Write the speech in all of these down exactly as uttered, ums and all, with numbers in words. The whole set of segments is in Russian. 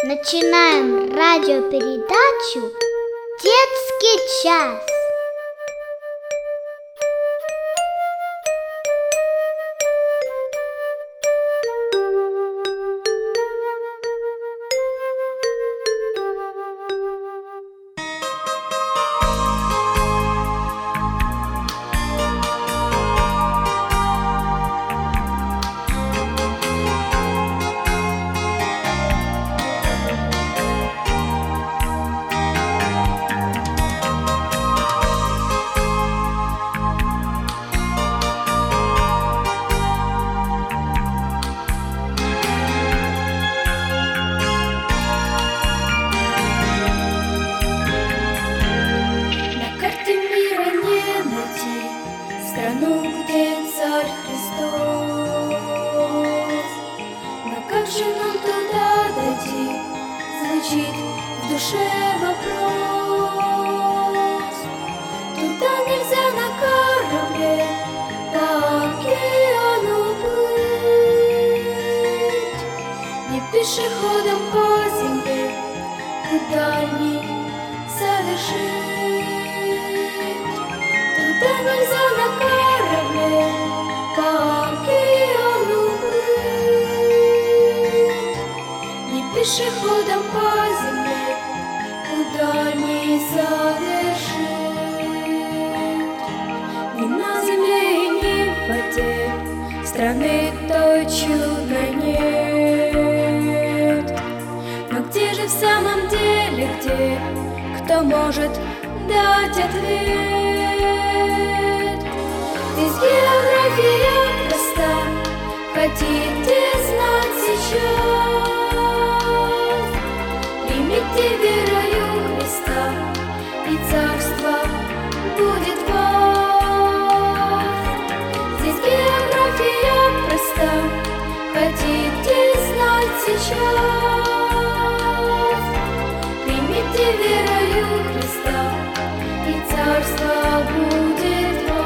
Начинаем радиопередачу «Детский час». Звучит в душе вопрос. Туда нельзя на корабле по океану плыть, не пешеходом по земле, куда ни совершить. Туда нельзя на корабле по океану плыть, не пешеходом по земле, куда не совершить. Ни на земле и ни в воде страны той чудной нет. Но где же в самом деле, где, кто может дать ответ? Здесь география проста, хотите знать сейчас? Примите верою Христа, и царство будет вас. Здесь география проста, хотите знать сейчас? Примите верою Христа, и царство будет вас.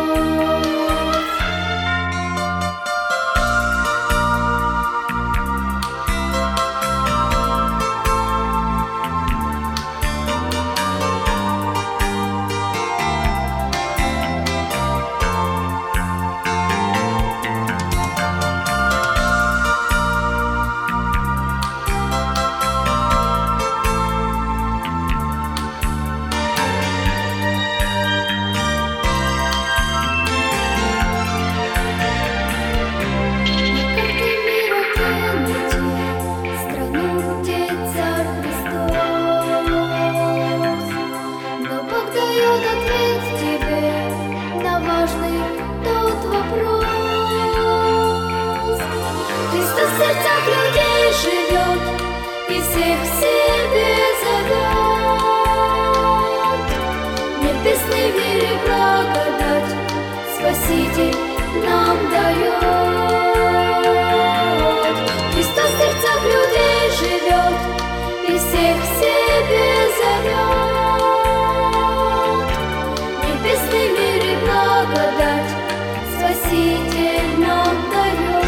Христос в сердцах людей живет и всех в себе зовет. Небесный мир и благодать Спаситель нам дает. Христос в сердцах людей живет и всех в себе зовет. Небесный мир и благодать Спаситель нам дает.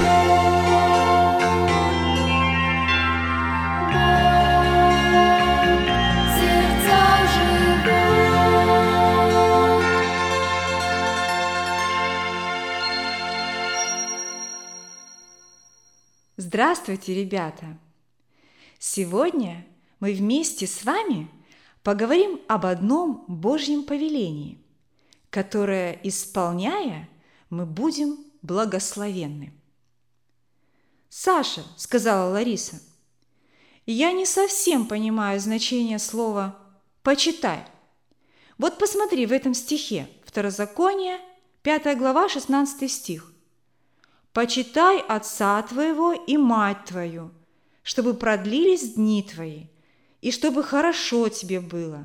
Здравствуйте, ребята! Сегодня мы вместе с вами поговорим об одном Божьем повелении, которое, исполняя, мы будем благословенны. «Саша, — сказала Лариса, — я не совсем понимаю значение слова «почитай». Вот посмотри в этом стихе, Второзаконие, пятая глава, шестнадцатый стих. «Почитай отца твоего и мать твою, чтобы продлились дни твои, и чтобы хорошо тебе было».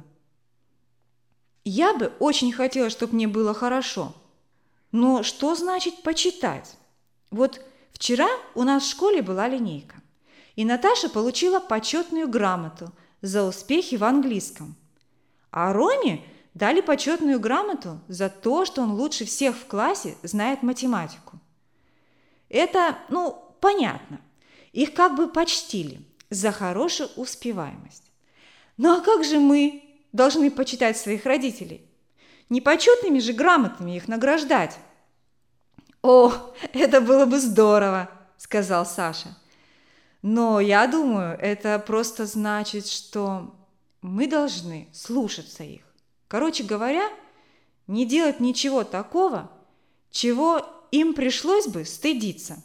Я бы очень хотела, чтобы мне было хорошо. Но что значит «почитать»? Вот вчера у нас в школе была линейка, и Наташа получила почетную грамоту за успехи в английском. А Роме дали почетную грамоту за то, что он лучше всех в классе знает математику. Это, ну, понятно. Их как бы почтили. за хорошую успеваемость. Ну а как же мы должны почитать своих родителей? Не почетными же грамотами их награждать. «О, это было бы здорово», – сказал Саша. «Но я думаю, это просто значит, что мы должны слушаться их. Короче говоря, не делать ничего такого, чего им пришлось бы стыдиться».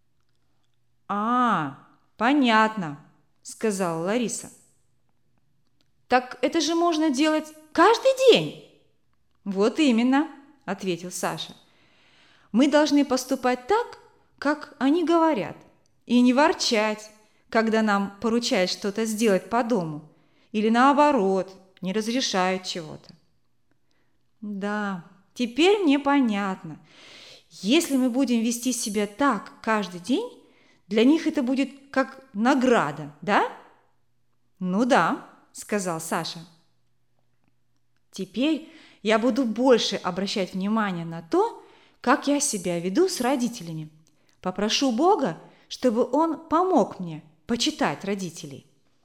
«А, понятно», – сказала Лариса. «Так это же можно делать каждый день». «Вот именно», – ответил Саша. «Мы должны поступать так, как они говорят, и не ворчать, когда нам поручают что-то сделать по дому, или наоборот, не разрешают чего-то». «Да, теперь мне понятно. Если мы будем вести себя так каждый день, для них это будет как награда, да?» «Ну да», – сказал Саша. «Теперь я буду больше обращать внимание на то, как я себя веду с родителями. Попрошу Бога, чтобы Он помог мне почитать родителей».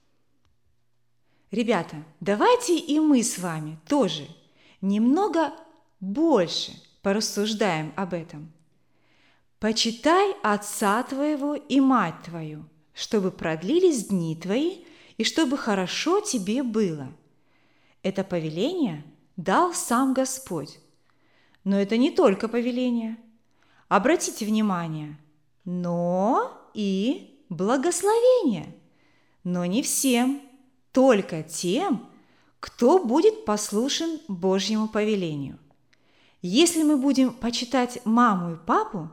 Ребята, давайте и мы с вами тоже немного больше порассуждаем об этом. «Почитай отца твоего и мать твою, чтобы продлились дни твои и чтобы хорошо тебе было». Это повеление дал сам Господь. Но это не только повеление. Обратите внимание, но и благословение. Но не всем, только тем, кто будет послушен Божьему повелению. Если мы будем почитать маму и папу,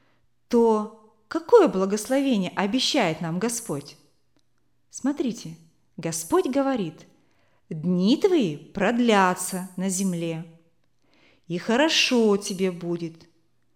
то какое благословение обещает нам Господь? Смотрите, Господь говорит: «Дни твои продлятся на земле, и хорошо тебе будет».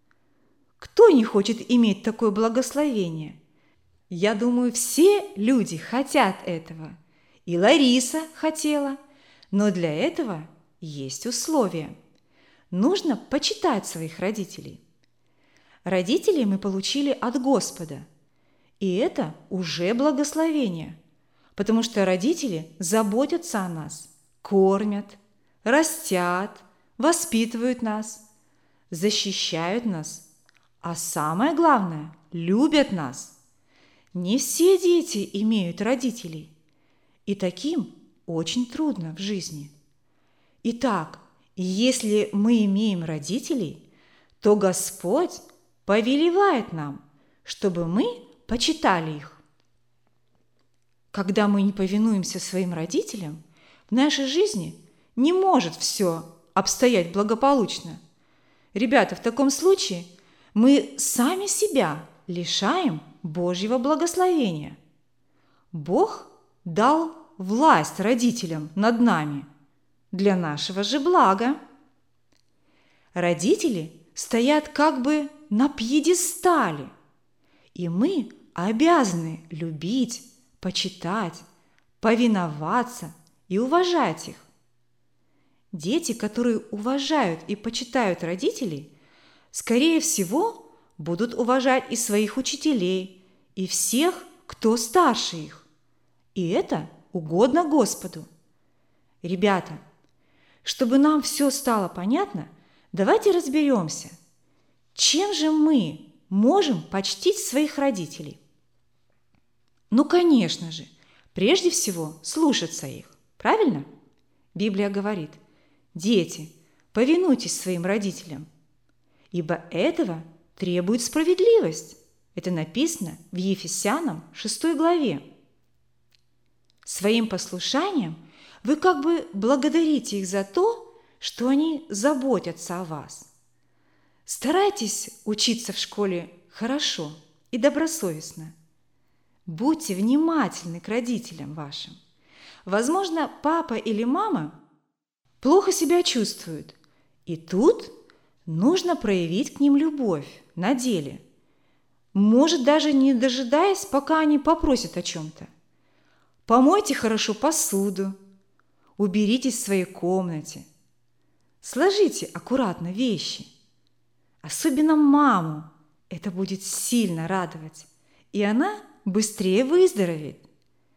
Кто не хочет иметь такое благословение? Я думаю, все люди хотят этого. И Лариса хотела, но для этого есть условия. Нужно почитать своих родителей. Родителей мы получили от Господа, и это уже благословение, потому что родители заботятся о нас, кормят, растят, воспитывают нас, защищают нас, а самое главное – любят нас. Не все дети имеют родителей, и таким очень трудно в жизни. Итак, если мы имеем родителей, то Господь повелевает нам, чтобы мы почитали их. Когда мы не повинуемся своим родителям, в нашей жизни не может все обстоять благополучно. Ребята, в таком случае мы сами себя лишаем Божьего благословения. Бог дал власть родителям над нами для нашего же блага. Родители стоят как бы на пьедестале, и мы обязаны любить, почитать, повиноваться и уважать их. Дети, которые уважают и почитают родителей, скорее всего, будут уважать и своих учителей, и всех, кто старше их. И это угодно Господу. Ребята, чтобы нам все стало понятно, давайте разберемся, чем же мы можем почтить своих родителей. Ну, конечно же, прежде всего слушаться их, правильно? Библия говорит: «Дети, повинуйтесь своим родителям, ибо этого требует справедливость». Это написано в Ефесянам шестой главе. Своим послушанием вы как бы благодарите их за то, что они заботятся о вас. Старайтесь учиться в школе хорошо и добросовестно. Будьте внимательны к родителям вашим. Возможно, папа или мама плохо себя чувствуют, и тут нужно проявить к ним любовь на деле. Может, даже не дожидаясь, пока они попросят о чем-то. Помойте хорошо посуду, уберитесь в своей комнате, сложите аккуратно вещи. Особенно маму это будет сильно радовать, и она быстрее выздоровеет.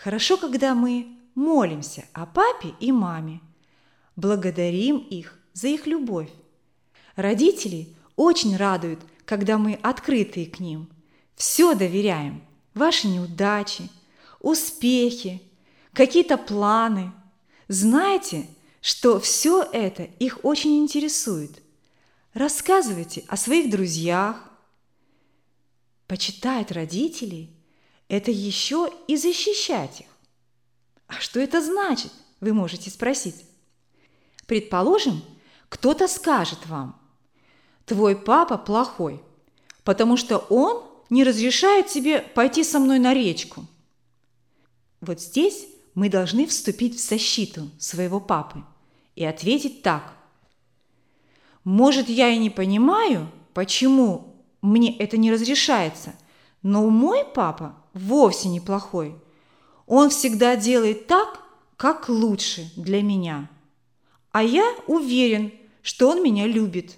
Хорошо, когда мы молимся о папе и маме, благодарим их за их любовь. Родители очень радуют, когда мы открытые к ним, все доверяем, ваши неудачи, успехи, какие-то планы. Знаете, что все это их очень интересует. Рассказывайте о своих друзьях. Почитать родителей – это еще и защищать их. А что это значит, вы можете спросить. Предположим, кто-то скажет вам: твой папа плохой, потому что он не разрешает тебе пойти со мной на речку. Вот здесь мы должны вступить в защиту своего папы и ответить так: может, я и не понимаю, почему мне это не разрешается, но мой папа вовсе не плохой. Он всегда делает так, как лучше для меня. А я уверен, что он меня любит.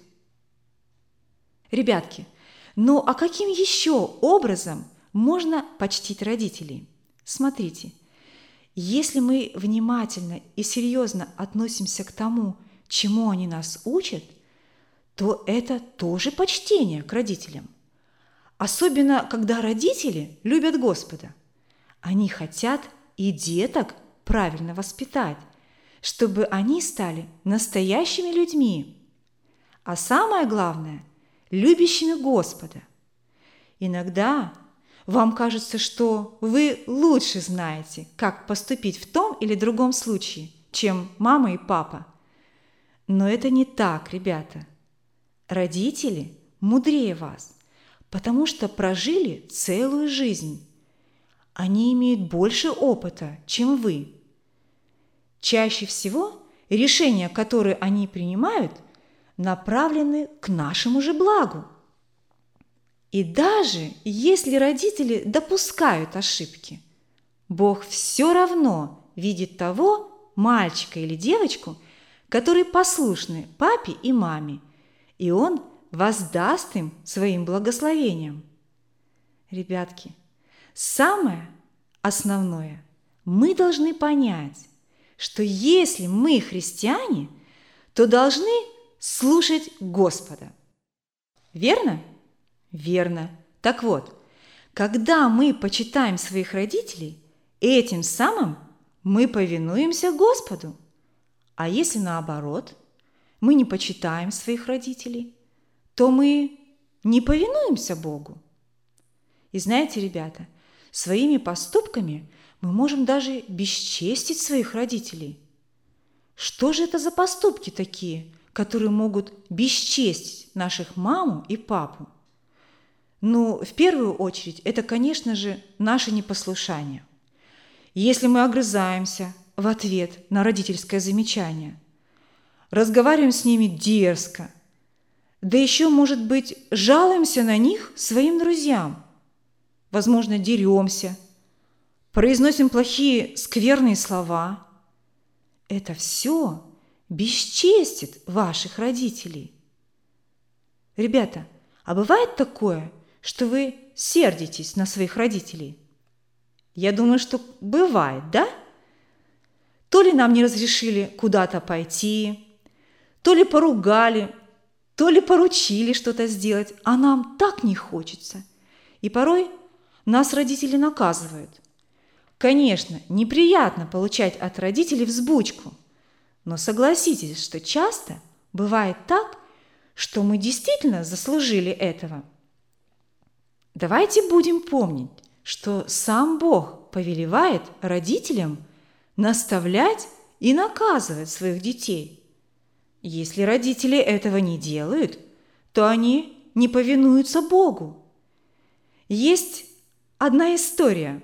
Ребятки, ну а каким еще образом можно почтить родителей? Смотрите, если мы внимательно и серьезно относимся к тому, чему они нас учат, то это тоже почтение к родителям. Особенно, когда родители любят Господа. Они хотят и деток правильно воспитать, чтобы они стали настоящими людьми. А самое главное – любящими Господа. Иногда вам кажется, что вы лучше знаете, как поступить в том или другом случае, чем мама и папа. Но это не так, ребята. Родители мудрее вас, потому что прожили целую жизнь. Они имеют больше опыта, чем вы. Чаще всего решения, которые они принимают, направлены к нашему же благу. И даже если родители допускают ошибки, Бог все равно видит того мальчика или девочку, которые послушны папе и маме, и Он воздаст им своим благословением. Ребятки, самое основное, мы должны понять, что если мы христиане, то должны слушать Господа. Верно? Верно. Так вот, когда мы почитаем своих родителей, этим самым мы повинуемся Господу. А если наоборот, мы не почитаем своих родителей, то мы не повинуемся Богу. И знаете, ребята, своими поступками мы можем даже бесчестить своих родителей. Что же это за поступки такие, которые могут бесчестить наших маму и папу? Ну, в первую очередь, это, конечно же, наше непослушание. Если мы огрызаемся в ответ на родительское замечание, разговариваем с ними дерзко, да еще, может быть, жалуемся на них своим друзьям, возможно, деремся, произносим плохие, скверные слова, это все бесчестит ваших родителей. Ребята, а бывает такое, что вы сердитесь на своих родителей? Я думаю, что бывает, да? То ли нам не разрешили куда-то пойти, то ли поругали, то ли поручили что-то сделать, а нам так не хочется. И порой нас родители наказывают. Конечно, неприятно получать от родителей взбучку, но согласитесь, что часто бывает так, что мы действительно заслужили этого. Давайте будем помнить, что сам Бог повелевает родителям наставлять и наказывать своих детей. Если родители этого не делают, то они не повинуются Богу. Есть одна история.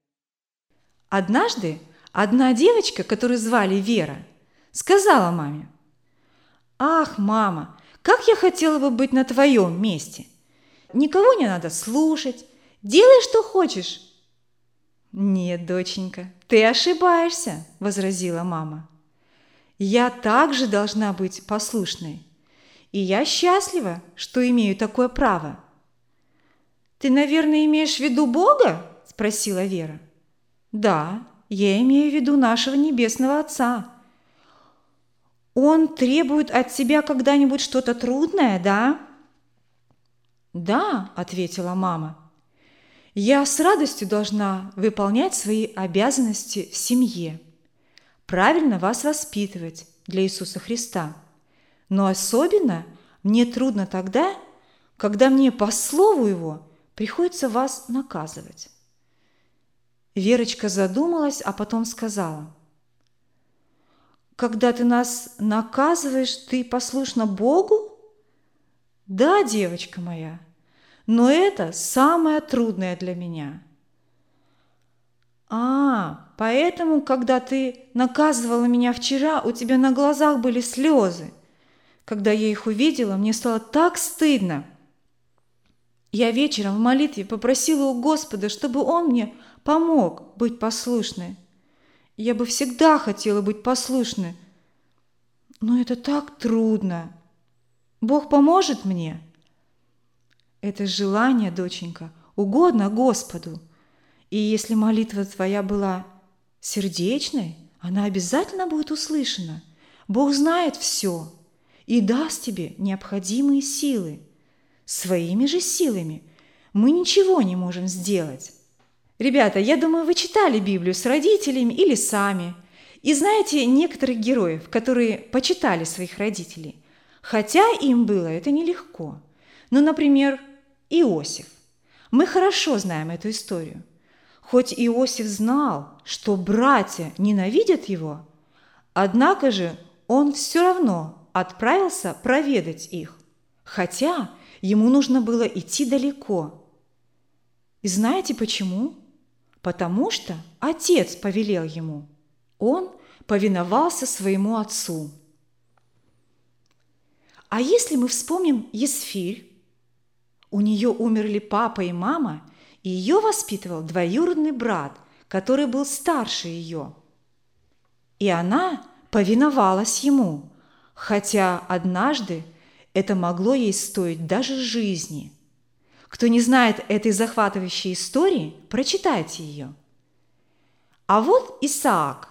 Однажды одна девочка, которую звали Вера, сказала маме: «Ах, мама, как я хотела бы быть на твоем месте! Никого не надо слушать, делай, что хочешь». «Нет, доченька, ты ошибаешься», – возразила мама. «Я также должна быть послушной, и я счастлива, что имею такое право». «Ты, наверное, имеешь в виду Бога?» – спросила Вера. «Да, Я имею в виду нашего Небесного Отца. Он требует от тебя когда-нибудь что-то трудное, да? Да, ответила мама. Я с радостью должна выполнять свои обязанности в семье, правильно вас воспитывать для Иисуса Христа. Но особенно мне трудно тогда, когда мне по слову Его приходится вас наказывать. Верочка задумалась, а потом сказала: когда ты нас наказываешь, ты послушна Богу? Да, девочка моя, но это самое трудное для меня. А, поэтому, когда ты наказывала меня вчера, у тебя на глазах были слезы. Когда я их увидела, мне стало так стыдно. Я вечером в молитве попросила у Господа, чтобы Он мне помог быть послушной. Я бы всегда хотела быть послушной, но это так трудно. Бог поможет мне? Это желание, доченька, угодно Господу. И если молитва твоя была сердечной, она обязательно будет услышана. Бог знает все и даст тебе необходимые силы. Своими же силами мы ничего не можем сделать. Ребята, я думаю, вы читали Библию с родителями или сами. И знаете некоторых героев, которые почитали своих родителей. Хотя им было это нелегко. Ну, например, Иосиф. Мы хорошо знаем эту историю. Хоть Иосиф знал, что братья ненавидят его, однако же он все равно отправился проведать их, хотя ему нужно было идти далеко. И знаете почему? Потому что отец повелел ему. Он повиновался своему отцу. А если мы вспомним Есфирь, у нее умерли папа и мама, и ее воспитывал двоюродный брат, который был старше ее. И она повиновалась ему, хотя однажды это могло ей стоить даже жизни. Кто не знает этой захватывающей истории, прочитайте ее. А вот Исаак.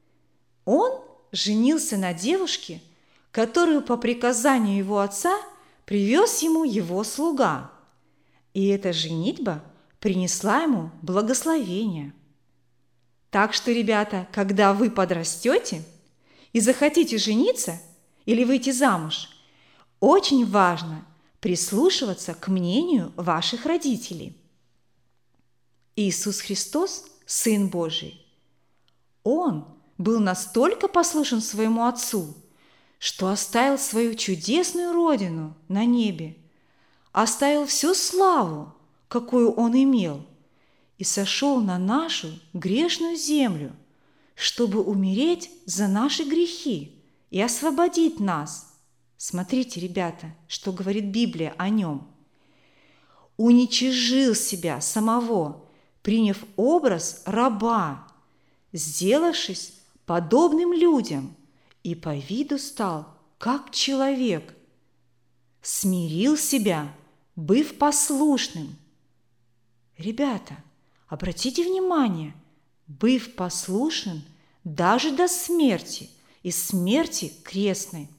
Он женился на девушке, которую по приказанию его отца привез ему его слуга. И эта женитьба принесла ему благословение. Так что, ребята, когда вы подрастете и захотите жениться или выйти замуж, очень важно прислушиваться к мнению ваших родителей. Иисус Христос, Сын Божий, Он был настолько послушен своему Отцу, что оставил свою чудесную родину на небе, оставил всю славу, какую Он имел, и сошел на нашу грешную землю, чтобы умереть за наши грехи и освободить нас. Смотрите, ребята, что говорит Библия о Нем. Уничижил себя самого, приняв образ раба, сделавшись подобным людям, и по виду стал как человек. Смирил себя, быв послушным. Ребята, обратите внимание, быв послушен даже до смерти и смерти крестной.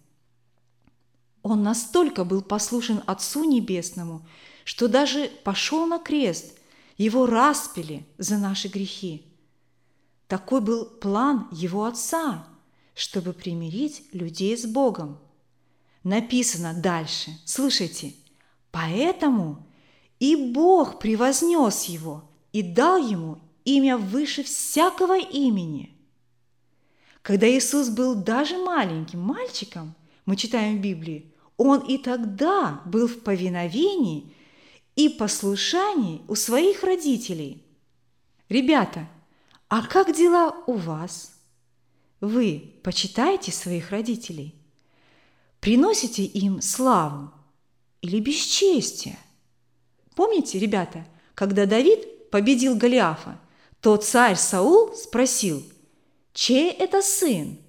Он настолько был послушен Отцу Небесному, что даже пошел на крест, его распяли за наши грехи. Такой был план его Отца, чтобы примирить людей с Богом. Написано дальше, слушайте, «Поэтому и Бог превознес его и дал ему имя выше всякого имени». Когда Иисус был даже маленьким мальчиком, мы читаем в Библии, Он и тогда был в повиновении и послушании у своих родителей. Ребята, а как дела у вас? Вы почитаете своих родителей? Приносите им славу или бесчестие? Помните, ребята, когда Давид победил Голиафа, то царь Саул спросил: «Чей это сын?»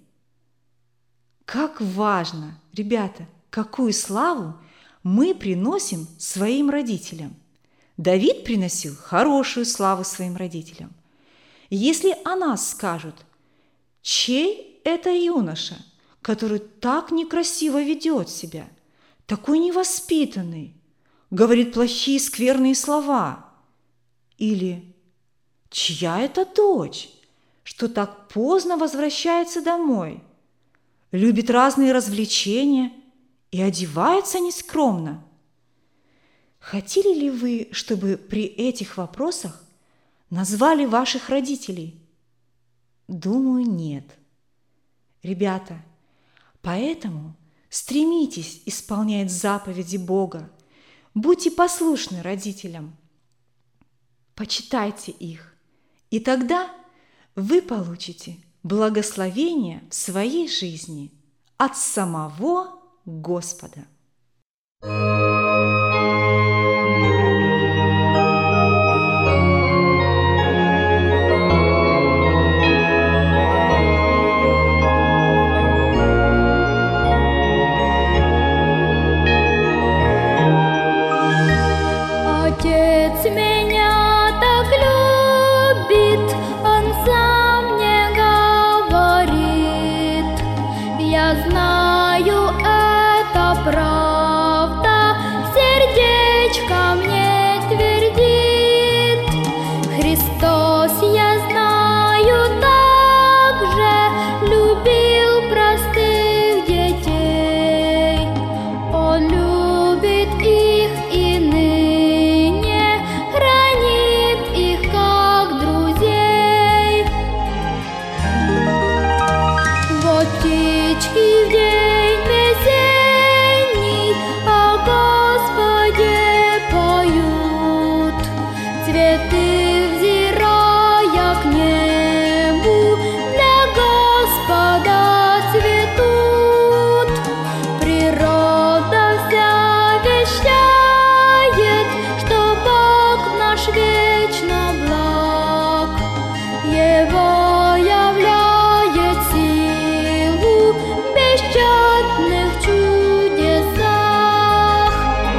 Как важно, ребята, какую славу мы приносим своим родителям. Давид приносил хорошую славу своим родителям. Если о нас скажут: чей это юноша, который так некрасиво ведет себя, такой невоспитанный, говорит плохие скверные слова? Или чья это дочь, что так поздно возвращается домой, любит разные развлечения и одевается нескромно? Хотели ли вы, чтобы при этих вопросах назвали ваших родителей? Думаю, нет. Ребята, поэтому стремитесь исполнять заповеди Бога, будьте послушны родителям, почитайте их, и тогда вы получите благословение в своей жизни от самого Господа. Отец меня так любит, Он сам мне говорит. Я знаю, это правда, сердечко мне твердит. Христос, я знаю, также любил простых детей. Он любит их и ныне хранит их как друзей. Вот птички в день весенний о Господе поют, цветы взирая к небу для Господа цветут. Природа вся вещает, что Бог наш вечно благ. Его являет силу в бесчетных чудесах.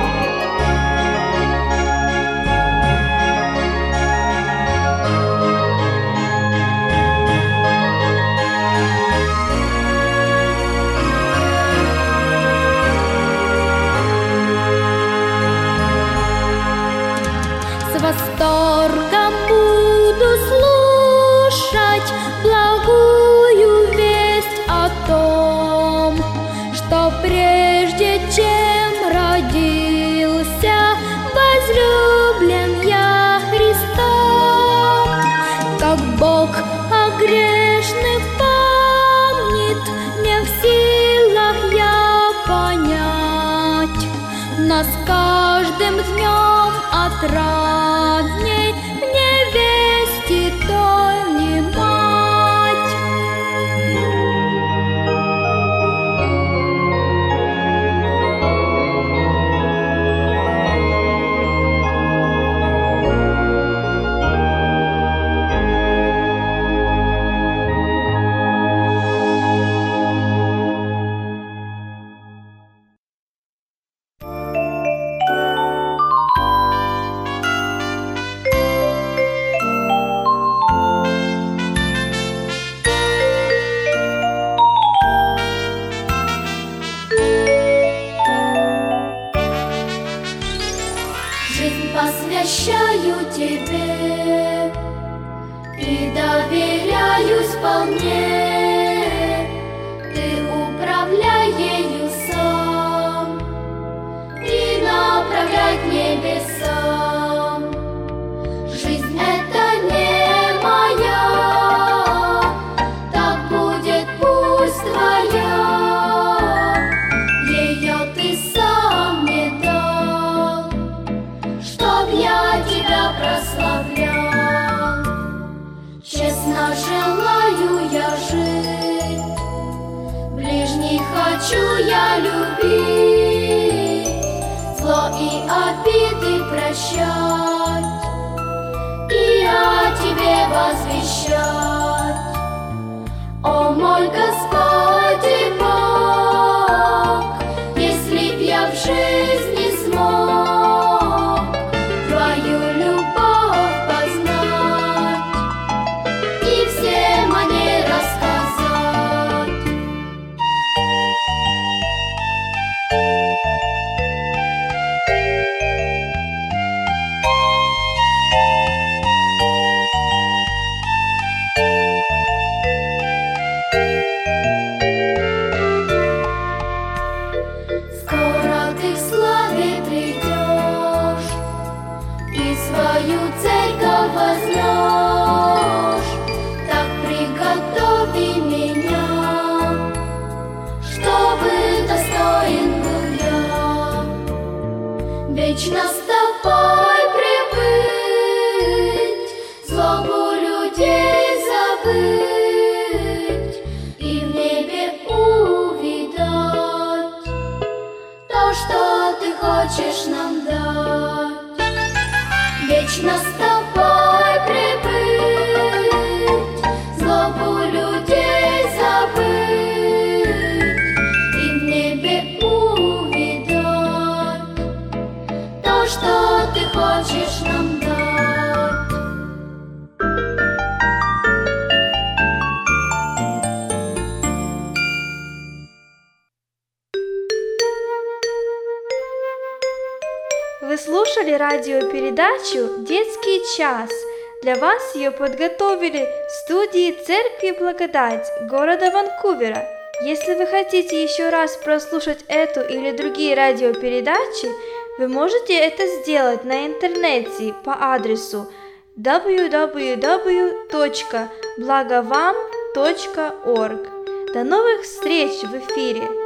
С восторгом буду слушать благую весть о том, что прежде чем родился, возлюблен я Христом. Как Бог о грешных помнит, не в силах я понять, но с каждым днем отрадней мне вести той внимать. Жизнь посвящаю Тебе и доверяюсь вполне. Ты управляй ею сам и направляй к небесам. Жизнь это не моя, так будет пусть Твоя. Ее Ты сам мне дал, чтоб я Тебя прославлял. Честно желаю я жить, ближних хочу я любить, зло и обиды прощать и о Тебе возвещать. О мой Господи Бог, если б я в жизни смог Твою любовь познать, и свою церковь возьмешь, так приготови меня, чтобы достоин был я вечно с тобой пребыть, злобу людей забыть и в небе увидать то, что ты хочешь нам дать. Вечно с тобой пребыть, злобу людей забыть и в небе увидать то, что ты хочешь нам дать. Вы слушали радиопередачу «Детский час». Для вас ее подготовили в студии Церкви Благодать города Ванкувера. Если вы хотите еще раз прослушать эту или другие радиопередачи, вы можете это сделать на интернете по адресу дабл ю дабл ю дабл ю точка благовам точка орг. До новых встреч в эфире!